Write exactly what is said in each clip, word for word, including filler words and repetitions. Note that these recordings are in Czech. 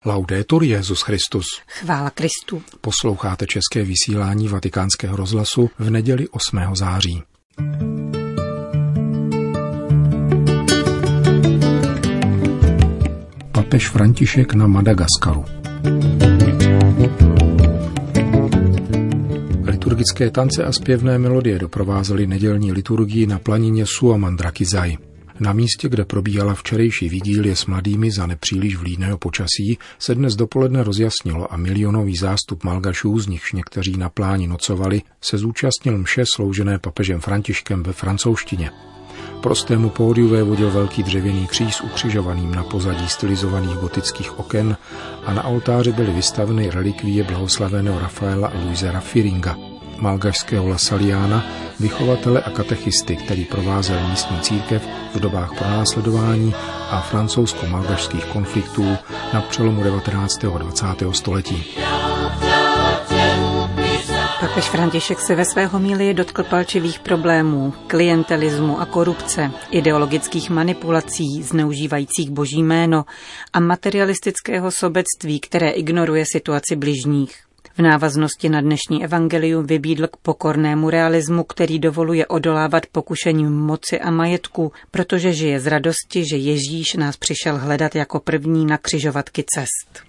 Laudetur Jesus Christus. Chvála Kristu. Posloucháte české vysílání Vatikánského rozhlasu v neděli osmého září. Papež František na Madagaskaru. Liturgické tance a zpěvné melodie doprovázely nedělní liturgii na planině Suomandrakizai. Na místě, kde probíhala včerejší vigílie s mladými za nepříliš vlídného počasí, se dnes dopoledne rozjasnilo a milionový zástup Malgašů, z nichž někteří na pláni nocovali, se zúčastnil mše sloužené papežem Františkem ve francouzštině. Prostému pódiu vévodil velký dřevěný kříž s ukřižovaným na pozadí stylizovaných gotických oken a na oltáři byly vystaveny relikvie blahoslaveného Rafaela a Luise Raffiringa, malgašského lasaliána, vychovatele a katechisty, který provázel místní církev v dobách pronásledování a francouzsko-malgašských konfliktů na přelomu devatenáctého a dvacátého století. Papež František se ve své homílii dotkl palčivých problémů, klientelismu a korupce, ideologických manipulací zneužívajících boží jméno a materialistického sobectví, které ignoruje situaci bližních. V návaznosti na dnešní evangelium vybídl k pokornému realismu, který dovoluje odolávat pokušením moci a majetku, protože žije z radosti, že Ježíš nás přišel hledat jako první na křižovatky cest.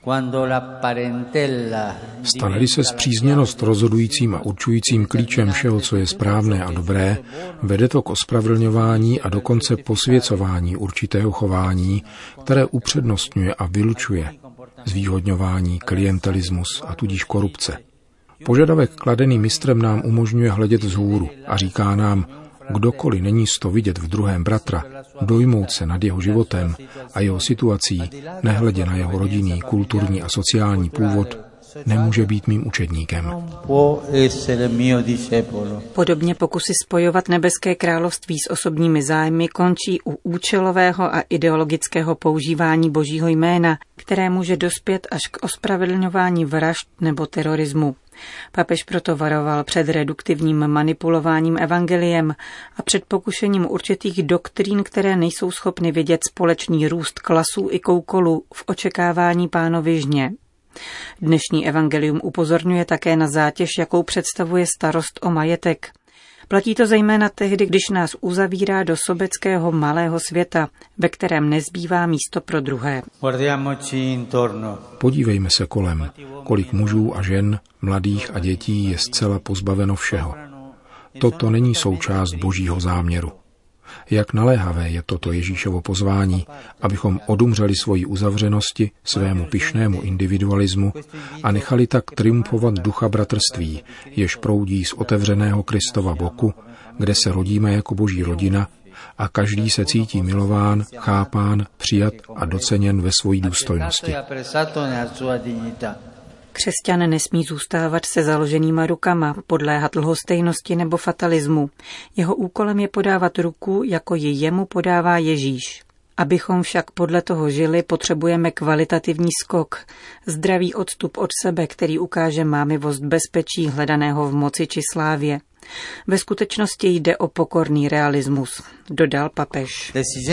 Stane-li se spřízněnost rozhodujícím a určujícím klíčem všeho, co je správné a dobré, vede to k ospravedlňování a dokonce posvěcování určitého chování, které upřednostňuje a vylučuje zvýhodňování, klientelismus a tudíž korupce. Požadavek kladený mistrem nám umožňuje hledět vzhůru a říká nám, kdokoliv není sto vidět v druhém bratra, dojmout se nad jeho životem a jeho situací, nehledě na jeho rodinný, kulturní a sociální původ, nemůže být mým učedníkem. Podobně pokusy spojovat nebeské království s osobními zájmy končí u účelového a ideologického používání božího jména, které může dospět až k ospravedlňování vražd nebo terorismu. Papež proto varoval před reduktivním manipulováním evangeliem a před pokušením určitých doktrín, které nejsou schopny vidět společný růst klasů i koukolů v očekávání Pánovy žně. Dnešní evangelium upozorňuje také na zátěž, jakou představuje starost o majetek. Platí to zejména tehdy, když nás uzavírá do sobeckého malého světa, ve kterém nezbývá místo pro druhé. Podívejme se kolem, kolik mužů a žen, mladých a dětí je zcela pozbaveno všeho. Toto není součást božího záměru. Jak naléhavé je toto Ježíšovo pozvání, abychom odumřeli svoji uzavřenosti, svému pyšnému individualismu a nechali tak triumfovat ducha bratrství, jež proudí z otevřeného Kristova boku, kde se rodíme jako boží rodina a každý se cítí milován, chápán, přijat a doceněn ve svojí důstojnosti. Křesťan nesmí zůstávat se založenýma rukama, podléhat lhostejnosti nebo fatalismu. Jeho úkolem je podávat ruku, jako ji jemu podává Ježíš. Abychom však podle toho žili, potřebujeme kvalitativní skok, zdravý odstup od sebe, který ukáže mámivost bezpečí hledaného v moci či slávě. Ve skutečnosti jde o pokorný realismus, dodal papež.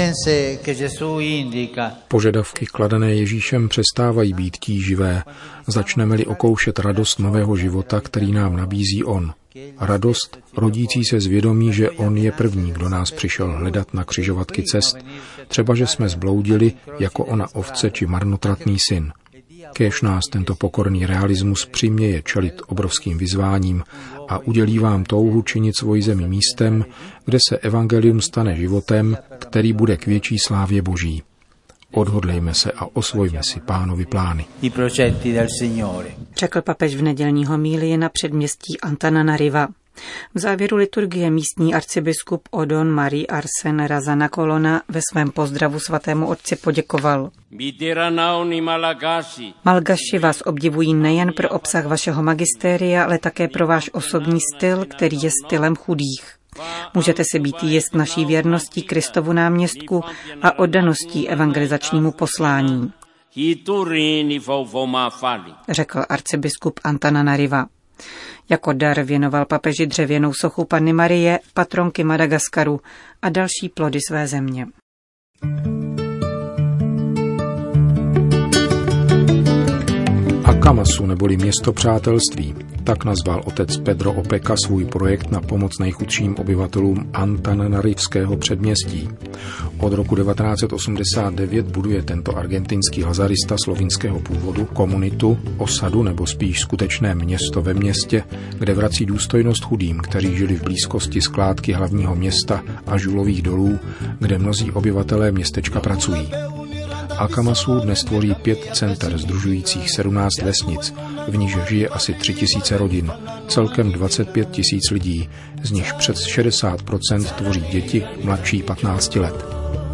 Požadavky kladené Ježíšem přestávají být tíživé, začneme-li okoušet radost nového života, který nám nabízí on. Radost rodící se z vědomí, že on je první, kdo nás přišel hledat na křižovatky cest, třeba že jsme zbloudili jako ona ovce či marnotratný syn. Kéž nás tento pokorný realismus přiměje čelit obrovským vyzváním a udělí vám touhu činit svoji zemi místem, kde se evangelium stane životem, který bude k větší slávě Boží. Odhodlejme se a osvojme si Pánovi plány. Řekl papež v nedělní homílii na předměstí Antananariva. V závěru liturgie místní arcibiskup Odon Marie Arsen Razanakolona ve svém pozdravu svatému otci poděkoval. Malgaši vás obdivují nejen pro obsah vašeho magistéria, ale také pro váš osobní styl, který je stylem chudých. Můžete si být jist naší věrností Kristovu náměstku a oddaností evangelizačnímu poslání, řekl arcibiskup Antananariva. Jako dar věnoval papeži dřevěnou sochu Panny Marie, patronky Madagaskaru a další plody své země. Akamasu neboli město přátelství, tak nazval otec Pedro Opeka svůj projekt na pomoc nejchudším obyvatelům Antananarivského předměstí. Od roku devatenáct osmdesát devět buduje tento argentinský lazarista slovinského původu komunitu, osadu nebo spíš skutečné město ve městě, kde vrací důstojnost chudým, kteří žili v blízkosti skládky hlavního města a žulových dolů, kde mnozí obyvatelé městečka pracují. Akamasu dnes tvoří pět center sdružujících sedmnáct vesnic, v níž žije asi tři tisíce rodin, celkem dvacet pět tisíc lidí, z nichž přes šedesát procent tvoří děti mladší patnácti let.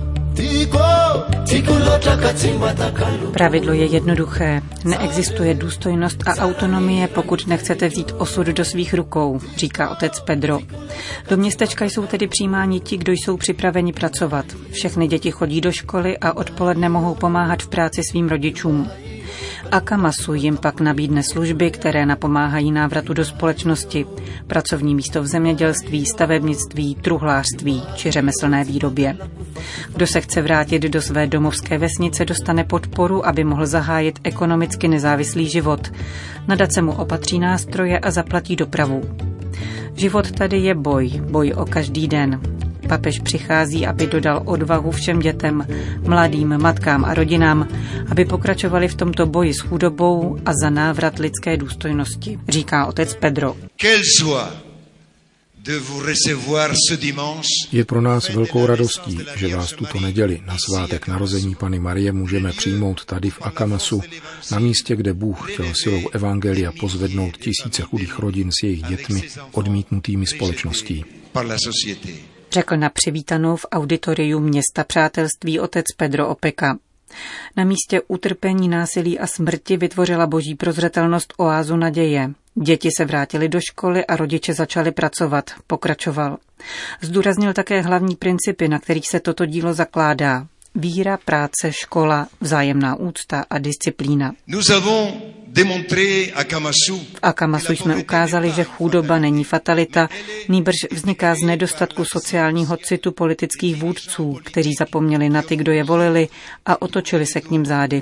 Pravidlo je jednoduché. Neexistuje důstojnost a autonomie, pokud nechcete vzít osud do svých rukou, říká otec Pedro. Do městečka jsou tedy přijímáni ti, kdo jsou připraveni pracovat. Všechny děti chodí do školy a odpoledne mohou pomáhat v práci svým rodičům. Akamasu jim pak nabídne služby, které napomáhají návratu do společnosti, pracovní místo v zemědělství, stavebnictví, truhlářství či řemeslné výrobě. Kdo se chce vrátit do své domovské vesnice, dostane podporu, aby mohl zahájit ekonomicky nezávislý život. Nadace mu opatří nástroje a zaplatí dopravu. Život tady je boj, boj o každý den. Papež přichází, aby dodal odvahu všem dětem, mladým, matkám a rodinám, aby pokračovali v tomto boji s chudobou a za návrat lidské důstojnosti, říká otec Pedro. Je pro nás velkou radostí, že vás tuto neděli na svátek narození Panny Marie můžeme přijmout tady v Akamasu, na místě, kde Bůh chtěl silou evangelia pozvednout tisíce chudých rodin s jejich dětmi odmítnutými společností. Řekl na přivítanou v auditoriu města přátelství otec Pedro Opeka. Na místě utrpení, násilí a smrti vytvořila boží prozřetelnost oázu naděje. Děti se vrátily do školy a rodiče začali pracovat, pokračoval. Zdůraznil také hlavní principy, na kterých se toto dílo zakládá. Víra, práce, škola, vzájemná úcta a disciplína. V Akamasu jsme ukázali, že chudoba není fatalita, nýbrž vzniká z nedostatku sociálního citu politických vůdců, kteří zapomněli na ty, kdo je volili a otočili se k nim zády.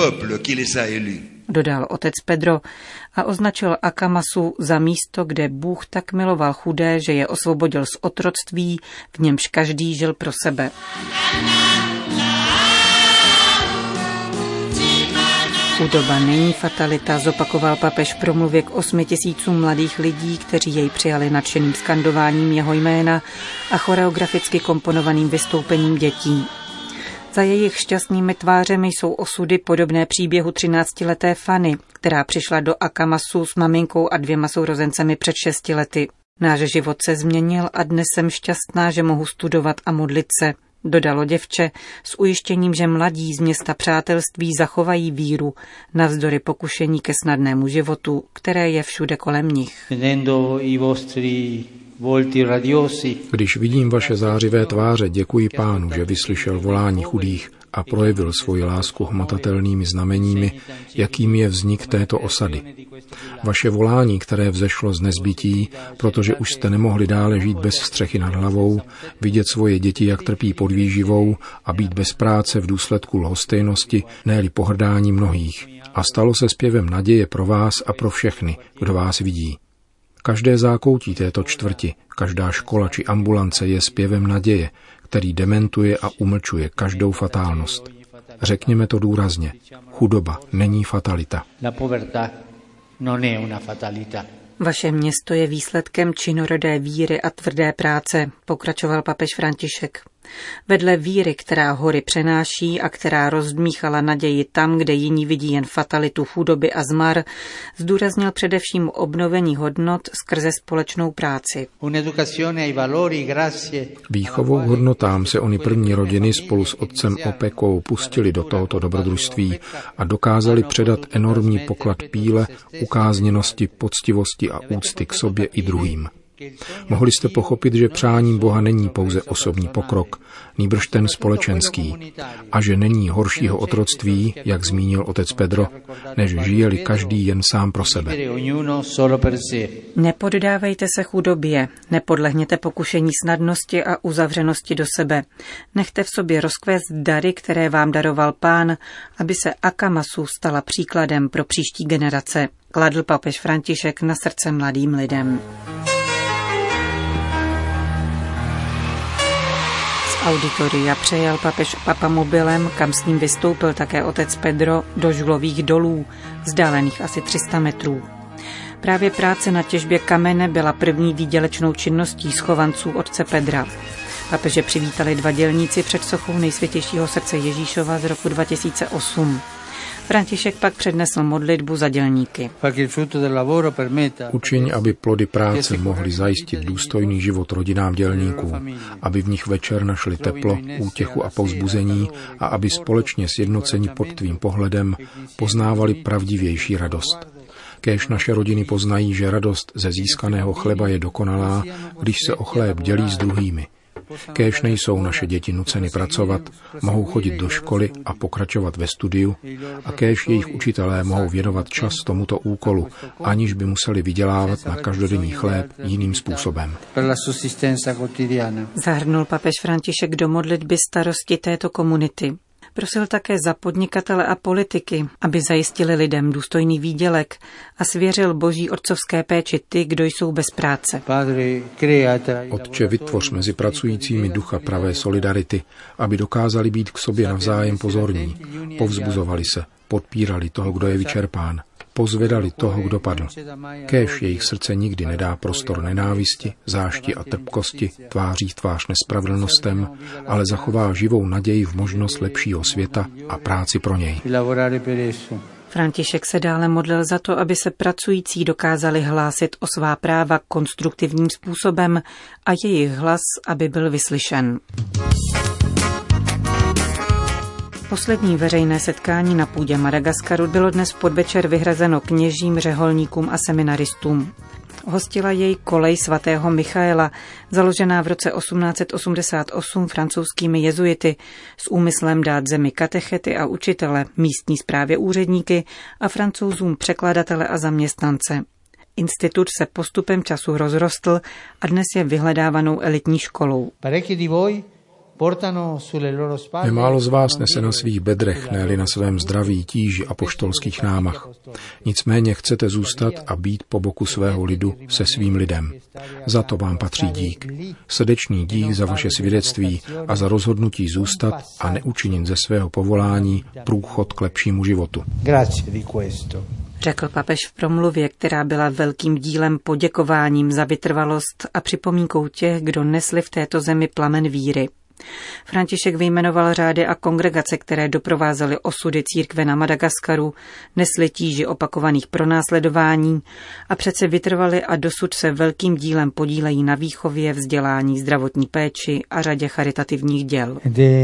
Dodal otec Pedro a označil Akamasu za místo, kde Bůh tak miloval chudé, že je osvobodil z otroctví, v němž každý žil pro sebe. Chudoba není fatalita, zopakoval papež v promluvě k osmi tisícům mladých lidí, kteří jej přijali nadšeným skandováním jeho jména a choreograficky komponovaným vystoupením dětí. Za jejich šťastnými tvářemi jsou osudy podobné příběhu třináctileté Fanny, která přišla do Akamasu s maminkou a dvěma sourozencemi před šesti lety. Náš život se změnil a dnes jsem šťastná, že mohu studovat a modlit se, dodalo děvče s ujištěním, že mladí z města přátelství zachovají víru navzdory pokušení ke snadnému životu, které je všude kolem nich. Když vidím vaše zářivé tváře, děkuji Pánu, že vyslyšel volání chudých a projevil svoji lásku hmatatelnými znameními, jakým je vznik této osady. Vaše volání, které vzešlo z nezbytí, protože už jste nemohli dále žít bez střechy nad hlavou, vidět svoje děti, jak trpí podvýživou a být bez práce v důsledku lhostejnosti, ne-li pohrdání mnohých. A stalo se zpěvem naděje pro vás a pro všechny, kdo vás vidí. Každé zákoutí této čtvrti, každá škola či ambulance je zpěvem naděje, který dementuje a umlčuje každou fatálnost. Řekněme to důrazně. Chudoba není fatalita. Vaše město je výsledkem činorodé víry a tvrdé práce, pokračoval papež František. Vedle víry, která hory přenáší a která rozdmíchala naději tam, kde jiní vidí jen fatalitu chudoby a zmar, zdůraznil především obnovení hodnot skrze společnou práci. Výchovou hodnotám se oni první rodiny spolu s otcem Opekou pustili do tohoto dobrodružství a dokázali předat enormní poklad píle, ukázněnosti, poctivosti a úcty k sobě i druhým. Mohli jste pochopit, že přáním Boha není pouze osobní pokrok, nýbrž ten společenský, a že není horšího otroctví, jak zmínil otec Pedro, než žije-li každý jen sám pro sebe. Nepoddávejte se chudobě, nepodlehněte pokušení snadnosti a uzavřenosti do sebe. Nechte v sobě rozkvést dary, které vám daroval Pán, aby se Akamasu stala příkladem pro příští generace, kladl papež František na srdce mladým lidem. Z auditoria přejel papež papamobilem, kam s ním vystoupil také otec Pedro, do žulových dolů, vzdálených asi tři sta metrů. Právě práce na těžbě kamene byla první výdělečnou činností schovanců otce Pedra. Papeže přivítali dva dělníci před sochou Nejsvětějšího srdce Ježíšova z roku dva tisíce osm. František pak přednesl modlitbu za dělníky. Učiň, aby plody práce mohly zajistit důstojný život rodinám dělníků, aby v nich večer našli teplo, útěchu a povzbuzení a aby společně sjednoceni pod tvým pohledem poznávali pravdivější radost. Kéž naše rodiny poznají, že radost ze získaného chleba je dokonalá, když se o chléb dělí s druhými. Kéž nejsou naše děti nuceny pracovat, mohou chodit do školy a pokračovat ve studiu a kéž jejich učitelé mohou věnovat čas tomuto úkolu, aniž by museli vydělávat na každodenní chléb jiným způsobem. Zahrnul papež František do modlitby starosti této komunity. Prosil také za podnikatele a politiky, aby zajistili lidem důstojný výdělek a svěřil boží otcovské péči ty, kdo jsou bez práce. Otče, vytvoř mezi pracujícími ducha pravé solidarity, aby dokázali být k sobě navzájem pozorní, povzbuzovali se, podpírali toho, kdo je vyčerpán, pozvedali toho, kdo padl. Kéž jejich srdce nikdy nedá prostor nenávisti, zášti a trpkosti, tváří v tvář nespravedlnostem, ale zachová živou naději v možnost lepšího světa a práci pro něj. František se dále modlil za to, aby se pracující dokázali hlásit o svá práva konstruktivním způsobem a jejich hlas, aby byl vyslyšen. Poslední veřejné setkání na půdě Madagaskaru bylo dnes v podvečer vyhrazeno kněžím, řeholníkům a seminaristům. Hostila jej kolej svatého Michaela, založená v roce osmnáct set osmdesát osm francouzskými jezuity s úmyslem dát zemi katechety a učitele, místní správě úředníky a Francouzům překladatele a zaměstnance. Institut se postupem času rozrostl a dnes je vyhledávanou elitní školou. Nemálo z vás nese na svých bedrech, ne-li na svém zdraví tíži apoštolských námah. Nicméně chcete zůstat a být po boku svého lidu se svým lidem. Za to vám patří dík. Srdečný dík za vaše svědectví a za rozhodnutí zůstat a neučinit ze svého povolání průchod k lepšímu životu. Řekl papež v promluvě, která byla velkým dílem poděkováním za vytrvalost a připomínkou těch, kdo nesli v této zemi plamen víry. František vyjmenoval řády a kongregace, které doprovázely osudy církve na Madagaskaru, nesly tíži opakovaných pronásledování a přece vytrvali a dosud se velkým dílem podílejí na výchově, vzdělání, zdravotní péči a řadě charitativních děl.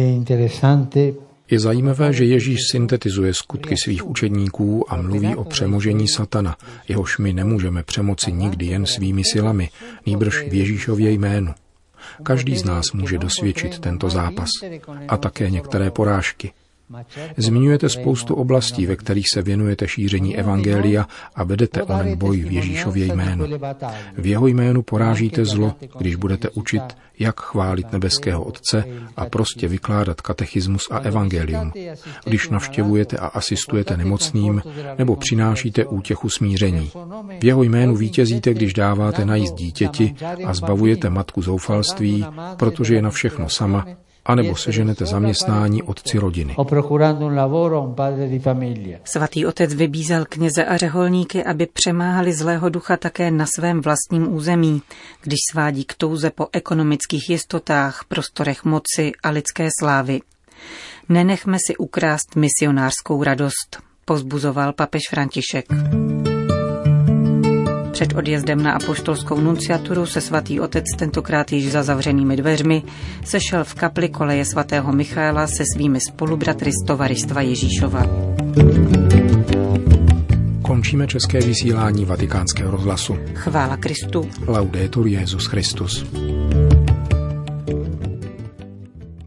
Je zajímavé, že Ježíš syntetizuje skutky svých učedníků a mluví o přemožení satana, jehož my nemůžeme přemoci nikdy jen svými silami, nýbrž v Ježíšově jménu. Každý z nás může dosvědčit tento zápas a také některé porážky. Zmiňujete spoustu oblastí, ve kterých se věnujete šíření evangelia a vedete onen boj v Ježíšově jménu. V jeho jménu porážíte zlo, když budete učit, jak chválit nebeského Otce a prostě vykládat katechismus a evangelium. Když navštěvujete a asistujete nemocným nebo přinášíte útěchu smíření. V jeho jménu vítězíte, když dáváte najíst dítěti a zbavujete matku zoufalství, protože je na všechno sama, anebo seženete zaměstnání otci rodiny. Svatý otec vybízel kněze a řeholníky, aby přemáhali zlého ducha také na svém vlastním území, když svádí k touze po ekonomických jistotách, prostorech moci a lidské slávy. Nenechme si ukrást misionářskou radost, povzbuzoval papež František. Před odjezdem na apoštolskou nunciaturu se svatý otec, tentokrát již za zavřenými dveřmi, sešel v kapli koleje svatého Michaela se svými spolubratry z Tovaristva Ježíšova. končíme české vysílání Vatikánského rozhlasu. Chvála Kristu. Laudetur Jesus Christus.